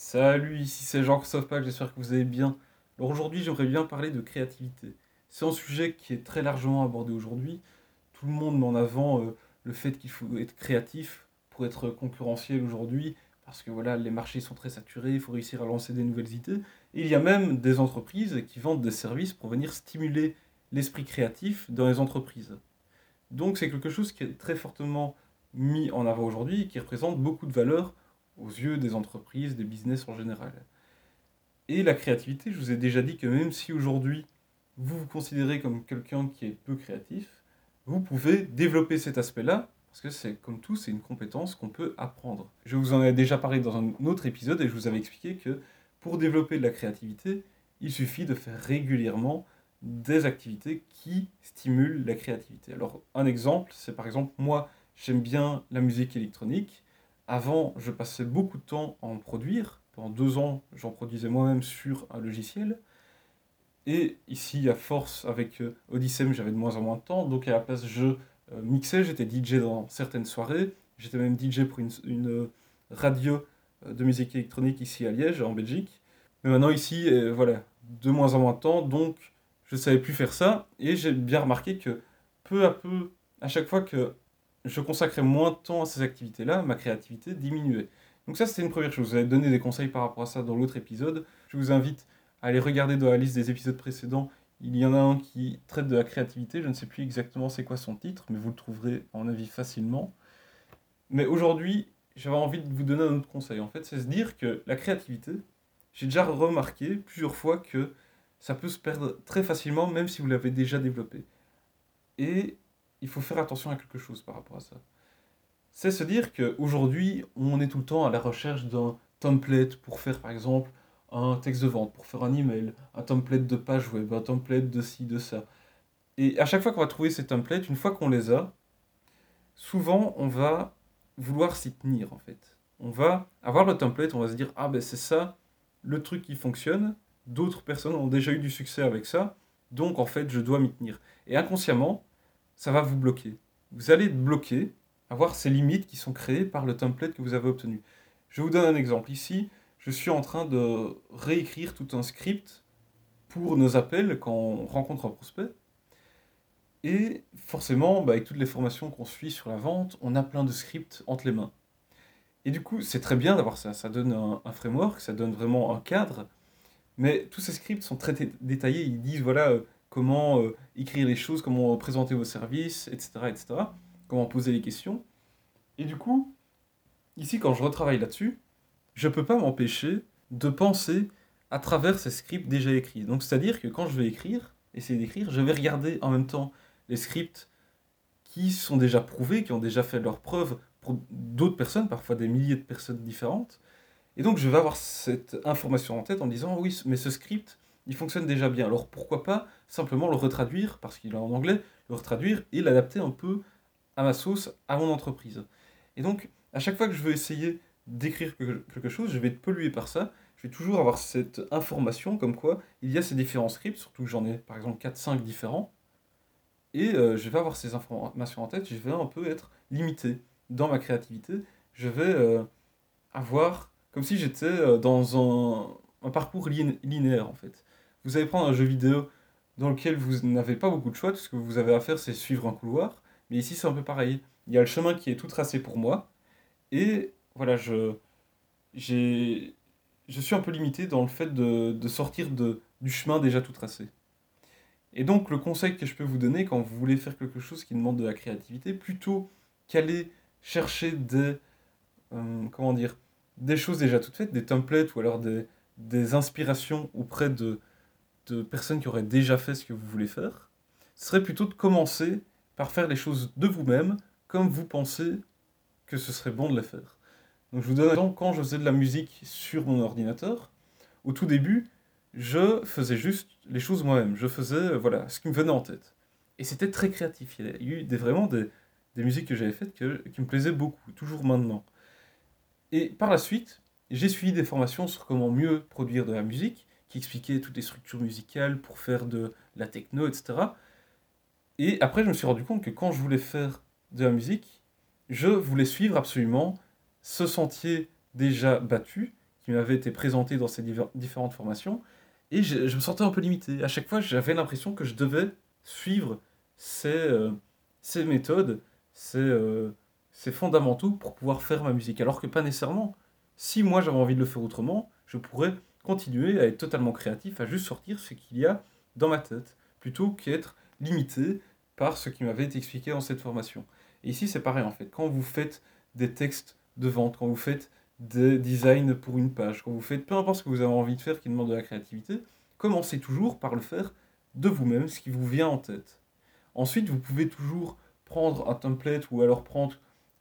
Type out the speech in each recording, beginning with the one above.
Salut, ici c'est Jean-Christophe Pack, j'espère que vous allez bien. Alors aujourd'hui, j'aimerais bien parler de créativité. C'est un sujet qui est très largement abordé aujourd'hui. Tout le monde met en avant le fait qu'il faut être créatif pour être concurrentiel aujourd'hui, parce que voilà, les marchés sont très saturés, il faut réussir à lancer des nouvelles idées. Et il y a même des entreprises qui vendent des services pour venir stimuler l'esprit créatif dans les entreprises. Donc c'est quelque chose qui est très fortement mis en avant aujourd'hui et qui représente beaucoup de valeur aux yeux des entreprises, des business en général. Et la créativité, je vous ai déjà dit que même si aujourd'hui vous vous considérez comme quelqu'un qui est peu créatif, vous pouvez développer cet aspect-là, parce que c'est comme tout, c'est une compétence qu'on peut apprendre. Je vous en ai déjà parlé dans un autre épisode et je vous avais expliqué que pour développer de la créativité, il suffit de faire régulièrement des activités qui stimulent la créativité. Alors un exemple, c'est par exemple moi, j'aime bien la musique électronique. Avant, je passais beaucoup de temps à en produire. Pendant 2 ans, j'en produisais moi-même sur un logiciel. Et ici, à force, avec Odyssey, j'avais de moins en moins de temps. Donc, à la place, je mixais, j'étais DJ dans certaines soirées. J'étais même DJ pour une radio de musique électronique ici à Liège, en Belgique. Mais maintenant, ici, voilà, de moins en moins de temps. Donc, je ne savais plus faire ça. Et j'ai bien remarqué que peu à peu, à chaque fois que je consacrais moins de temps à ces activités-là, ma créativité diminuait. Donc ça, c'était une première chose. Je vous avais donné des conseils par rapport à ça dans l'autre épisode. Je vous invite à aller regarder dans la liste des épisodes précédents. Il y en a un qui traite de la créativité. Je ne sais plus exactement c'est quoi son titre, mais vous le trouverez à mon avis facilement. Mais aujourd'hui, j'avais envie de vous donner un autre conseil. En fait, c'est se dire que la créativité, j'ai déjà remarqué plusieurs fois que ça peut se perdre très facilement, même si vous l'avez déjà développé. Et il faut faire attention à quelque chose par rapport à ça. C'est se dire qu'aujourd'hui, on est tout le temps à la recherche d'un template pour faire, par exemple, un texte de vente, pour faire un email, un template de page web, un template de ci, de ça. Et à chaque fois qu'on va trouver ces templates, une fois qu'on les a, souvent on va vouloir s'y tenir en fait. On va avoir le template, on va se dire ah ben c'est ça le truc qui fonctionne, d'autres personnes ont déjà eu du succès avec ça, donc en fait je dois m'y tenir. Et inconsciemment, ça va vous bloquer. Vous allez être bloqué, avoir ces limites qui sont créées par le template que vous avez obtenu. Je vous donne un exemple. Ici, je suis en train de réécrire tout un script pour nos appels quand on rencontre un prospect. Et forcément, bah, avec toutes les formations qu'on suit sur la vente, on a plein de scripts entre les mains. Et du coup, c'est très bien d'avoir ça. Ça donne un framework, ça donne vraiment un cadre. Mais tous ces scripts sont très détaillés. Ils disent voilà comment écrire les choses, comment présenter vos services, etc., etc. Comment poser les questions. Et du coup, ici, quand je retravaille là-dessus, je ne peux pas m'empêcher de penser à travers ces scripts déjà écrits. Donc, c'est-à-dire que quand je vais écrire, essayer d'écrire, je vais regarder en même temps les scripts qui sont déjà prouvés, qui ont déjà fait leurs preuves pour d'autres personnes, parfois des milliers de personnes différentes. Et donc je vais avoir cette information en tête en me disant oui, mais ce script, il fonctionne déjà bien. Alors pourquoi pas simplement le retraduire, parce qu'il est en anglais, le retraduire et l'adapter un peu à ma sauce, à mon entreprise. Et donc à chaque fois que je veux essayer d'écrire quelque chose, je vais être pollué par ça. Je vais toujours avoir cette information comme quoi il y a ces différents scripts, surtout que j'en ai par exemple 4 5 différents. Et je vais avoir ces informations en tête, je vais un peu être limité dans ma créativité. Je vais avoir comme si j'étais dans un parcours linéaire en fait. Vous allez prendre un jeu vidéo dans lequel vous n'avez pas beaucoup de choix, tout ce que vous avez à faire c'est suivre un couloir, mais ici c'est un peu pareil. Il y a le chemin qui est tout tracé pour moi, et voilà, j'ai, je suis un peu limité dans le fait de sortir du chemin déjà tout tracé. Et donc le conseil que je peux vous donner quand vous voulez faire quelque chose qui demande de la créativité, plutôt qu'aller chercher comment dire, des choses déjà toutes faites, des templates ou alors des inspirations auprès de personnes qui auraient déjà fait ce que vous voulez faire, ce serait plutôt de commencer par faire les choses de vous-même comme vous pensez que ce serait bon de les faire. Donc je vous donne un exemple, quand je faisais de la musique sur mon ordinateur, au tout début, je faisais juste les choses moi-même. Je faisais voilà, ce qui me venait en tête. Et c'était très créatif. Il y a eu vraiment des musiques que j'avais faites qui me plaisaient beaucoup, toujours maintenant. Et par la suite, j'ai suivi des formations sur comment mieux produire de la musique, qui expliquaient toutes les structures musicales pour faire de la techno, etc. Et après, je me suis rendu compte que quand je voulais faire de la musique, je voulais suivre absolument ce sentier déjà battu, qui m'avaient été présentés dans ces différentes formations, et je me sentais un peu limité. À chaque fois, j'avais l'impression que je devais suivre ces méthodes, ces, euh, ces fondamentaux pour pouvoir faire ma musique, alors que pas nécessairement. Si moi j'avais envie de le faire autrement, je pourrais continuer à être totalement créatif, à juste sortir ce qu'il y a dans ma tête, plutôt qu'être limité par ce qui m'avait été expliqué dans cette formation. Et ici, c'est pareil en fait. Quand vous faites des textes de vente, quand vous faites des designs pour une page, quand vous faites peu importe ce que vous avez envie de faire qui demande de la créativité, commencez toujours par le faire de vous-même, ce qui vous vient en tête. Ensuite, vous pouvez toujours prendre un template ou alors prendre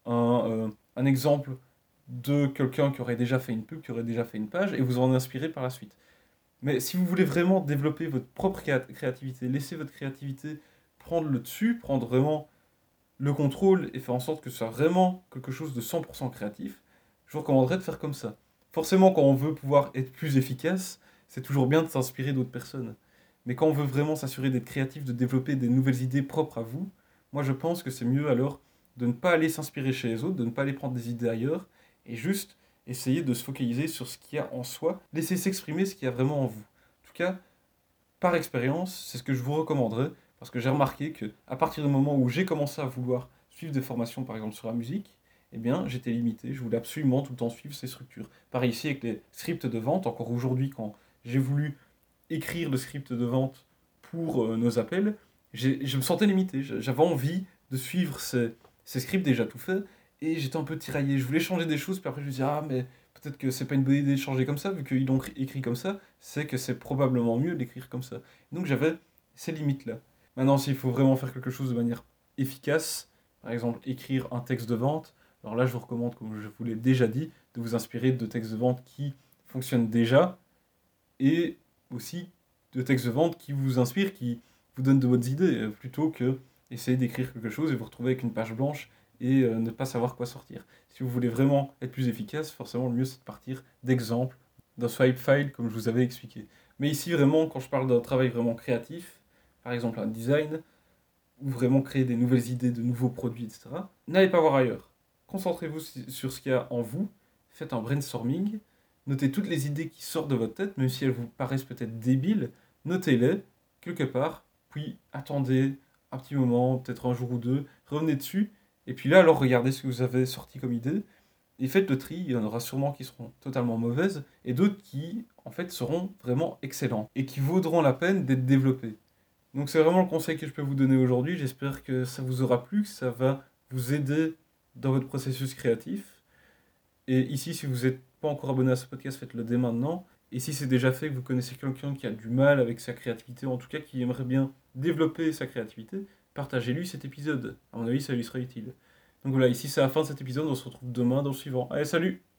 un exemple de quelqu'un qui aurait déjà fait une pub, qui aurait déjà fait une page, et vous en inspirer par la suite. Mais si vous voulez vraiment développer votre propre créativité, laisser votre créativité prendre le dessus, prendre vraiment le contrôle et faire en sorte que ce soit vraiment quelque chose de 100% créatif, je vous recommanderais de faire comme ça. Forcément, quand on veut pouvoir être plus efficace, c'est toujours bien de s'inspirer d'autres personnes. Mais quand on veut vraiment s'assurer d'être créatif, de développer des nouvelles idées propres à vous, moi je pense que c'est mieux alors de ne pas aller s'inspirer chez les autres, de ne pas aller prendre des idées ailleurs, et juste essayer de se focaliser sur ce qu'il y a en soi, laisser s'exprimer ce qu'il y a vraiment en vous. En tout cas, par expérience, c'est ce que je vous recommanderais, parce que j'ai remarqué que à partir du moment où j'ai commencé à vouloir suivre des formations, par exemple sur la musique, eh bien, j'étais limité. Je voulais absolument tout le temps suivre ces structures. Pareil ici avec les scripts de vente. Encore aujourd'hui, quand j'ai voulu écrire le script de vente pour nos appels, je me sentais limité. J'avais envie de suivre ces scripts déjà tout faits, et j'étais un peu tiraillé. Je voulais changer des choses, puis après je me disais, ah, mais peut-être que c'est pas une bonne idée de changer comme ça, vu qu'ils l'ont écrit comme ça, c'est que c'est probablement mieux d'écrire comme ça. Donc j'avais ces limites-là. Maintenant, s'il faut vraiment faire quelque chose de manière efficace, par exemple écrire un texte de vente, alors là je vous recommande, comme je vous l'ai déjà dit, de vous inspirer de textes de vente qui fonctionnent déjà, et aussi de textes de vente qui vous inspirent, qui vous donnent de bonnes idées, plutôt que essayer d'écrire quelque chose et vous retrouver avec une page blanche et ne pas savoir quoi sortir. Si vous voulez vraiment être plus efficace, forcément le mieux c'est de partir d'exemples, d'un swipe file comme je vous avais expliqué. Mais ici vraiment, quand je parle d'un travail vraiment créatif, par exemple un design, ou vraiment créer des nouvelles idées, de nouveaux produits, etc., n'allez pas voir ailleurs. Concentrez-vous sur ce qu'il y a en vous, faites un brainstorming, notez toutes les idées qui sortent de votre tête, même si elles vous paraissent peut-être débiles, notez-les quelque part, puis attendez un petit moment, peut-être un jour ou deux, revenez dessus, et puis là alors regardez ce que vous avez sorti comme idée, et faites le tri, il y en aura sûrement qui seront totalement mauvaises, et d'autres qui, en fait, seront vraiment excellents, et qui vaudront la peine d'être développées. Donc c'est vraiment le conseil que je peux vous donner aujourd'hui. J'espère que ça vous aura plu, que ça va vous aider dans votre processus créatif. Et ici, si vous n'êtes pas encore abonné à ce podcast, faites-le dès maintenant. Et si c'est déjà fait, que vous connaissez quelqu'un qui a du mal avec sa créativité, ou en tout cas qui aimerait bien développer sa créativité, partagez-lui cet épisode. À mon avis, ça lui sera utile. Donc voilà, ici c'est la fin de cet épisode. On se retrouve demain dans le suivant. Allez, salut!